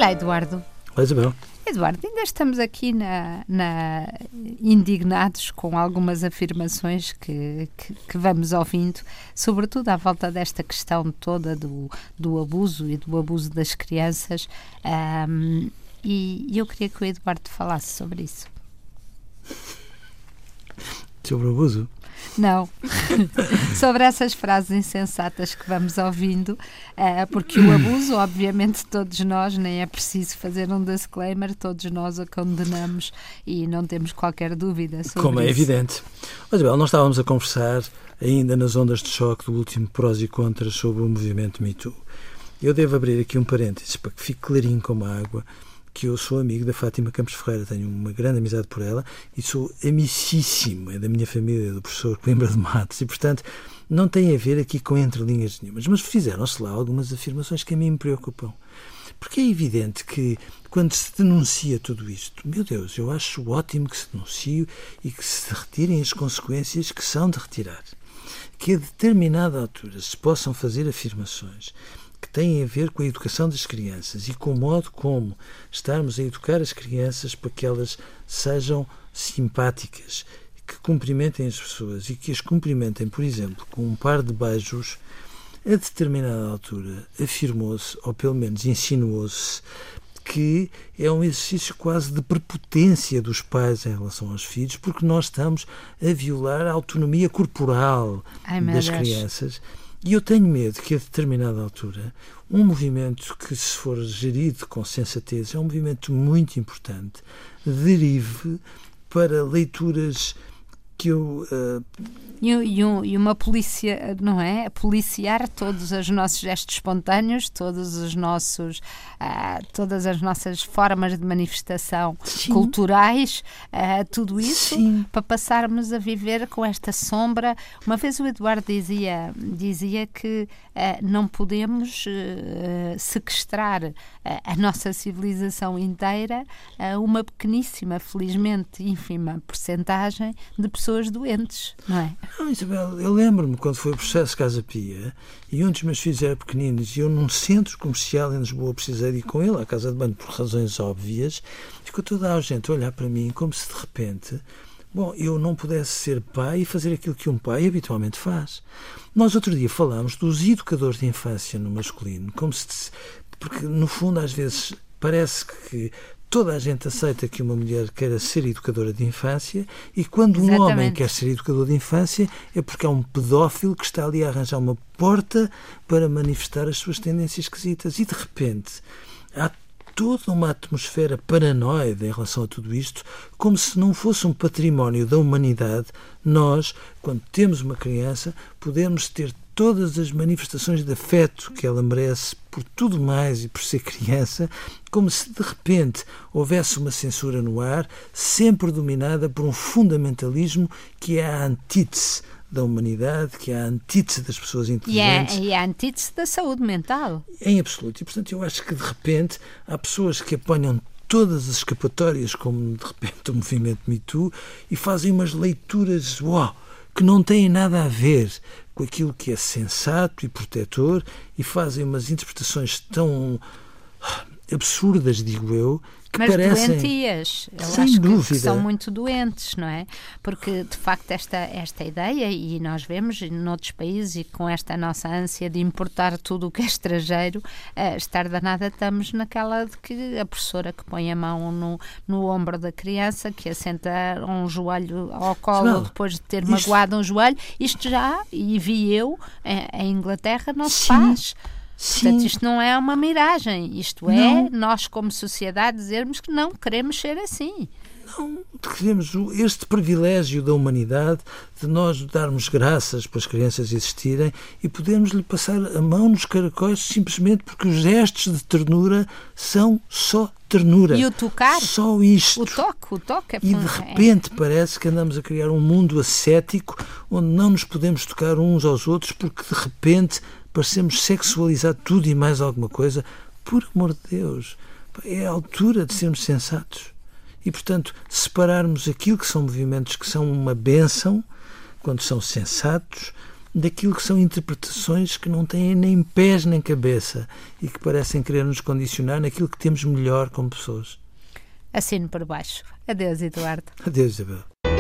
Olá, Eduardo. Olá, Isabel. Eduardo, ainda estamos aqui indignados com algumas afirmações que vamos ouvindo, sobretudo à volta desta questão toda do abuso e do abuso das crianças, e eu queria que o Eduardo falasse sobre isso. Sobre o abuso? Não, sobre essas frases insensatas que vamos ouvindo, porque o abuso, obviamente, todos nós, nem é preciso fazer um disclaimer, todos nós o condenamos e não temos qualquer dúvida sobre Como é isso. evidente. Mas, Isabel, nós estávamos a conversar ainda nas ondas de choque do último prós e contras sobre o movimento Me Too. Eu devo abrir aqui um parênteses para que fique clarinho como a água, que eu sou amigo da Fátima Campos Ferreira, tenho uma grande amizade por ela e sou amicíssimo, é da minha família, do professor Coimbra de Matos, e portanto não tem a ver aqui com entrelinhas nenhumas, mas fizeram-se lá algumas afirmações que a mim me preocupam. Porque é evidente que quando se denuncia tudo isto, meu Deus, eu acho ótimo que se denuncie e que se retirem as consequências que são de retirar. Que a determinada altura se possam fazer afirmações que têm a ver com a educação das crianças e com o modo como estarmos a educar as crianças para que elas sejam simpáticas, que cumprimentem as pessoas e que as cumprimentem, por exemplo, com um par de beijos. A determinada altura afirmou-se, ou pelo menos insinuou-se, que é um exercício quase de prepotência dos pais em relação aos filhos, porque nós estamos a violar a autonomia corporal das crianças. E eu tenho medo que, a determinada altura, um movimento que, se for gerido com sensatez, é um movimento muito importante, derive para leituras que eu... E uma polícia, não é? Policiar todos os nossos gestos espontâneos, todas as nossas formas de manifestação culturais, tudo isso, para passarmos a viver com esta sombra. Uma vez o Eduardo dizia que não podemos sequestrar a nossa civilização inteira a uma pequeníssima, felizmente ínfima percentagem de pessoas doentes, não é? Não, Isabel, eu lembro-me quando foi o processo Casa Pia e um dos meus filhos era pequeninos e eu num centro comercial em Lisboa precisei de ir com ele à casa de banho por razões óbvias, ficou toda a gente a olhar para mim como se de repente eu não pudesse ser pai e fazer aquilo que um pai habitualmente faz. Nós outro dia falámos dos educadores de infância no masculino, porque no fundo às vezes parece que toda a gente aceita que uma mulher queira ser educadora de infância e quando um homem quer ser educador de infância é porque é um pedófilo que está ali a arranjar uma porta para manifestar as suas tendências esquisitas. E de repente há toda uma atmosfera paranoide em relação a tudo isto, como se não fosse um património da humanidade. Nós, quando temos uma criança, podemos ter todas as manifestações de afeto que ela merece por tudo mais e por ser criança, como se de repente houvesse uma censura no ar, sempre dominada por um fundamentalismo que é a antítese da humanidade, que é a antítese das pessoas inteligentes. E é a antítese da saúde mental. Em absoluto. E, portanto, eu acho que de repente há pessoas que apanham todas as escapatórias, como de repente o movimento Me Too, e fazem umas leituras que não têm nada a ver com aquilo que é sensato e protetor e fazem umas interpretações tão absurdas, digo eu, que mas parecem... doentias, eu sem acho dúvida. Que são muito doentes, não é? Porque, de facto, esta ideia, e nós vemos noutros países, e com esta nossa ânsia de importar tudo o que é estrangeiro, estar danada, estamos naquela de que a professora que põe a mão no ombro da criança, que assenta um joelho ao colo depois de ter magoado um joelho, isto já, e vi eu, em Inglaterra, não se faz. Portanto, isto não é uma miragem, isto é nós como sociedade dizermos que não queremos ser assim. Não, queremos este privilégio da humanidade de nós darmos graças para as crianças existirem e podermos lhe passar a mão nos caracóis simplesmente porque os gestos de ternura são só ternura. E o tocar? Só isto. O toque é E de repente parece que andamos a criar um mundo ascético onde não nos podemos tocar uns aos outros porque de repente parecemos sexualizar tudo e mais alguma coisa. Por amor de Deus, é a altura de sermos sensatos. E, portanto, separarmos aquilo que são movimentos que são uma bênção, quando são sensatos, daquilo que são interpretações que não têm nem pés nem cabeça e que parecem querer nos condicionar naquilo que temos melhor como pessoas. Assino por baixo. Adeus, Eduardo. Adeus, Isabel.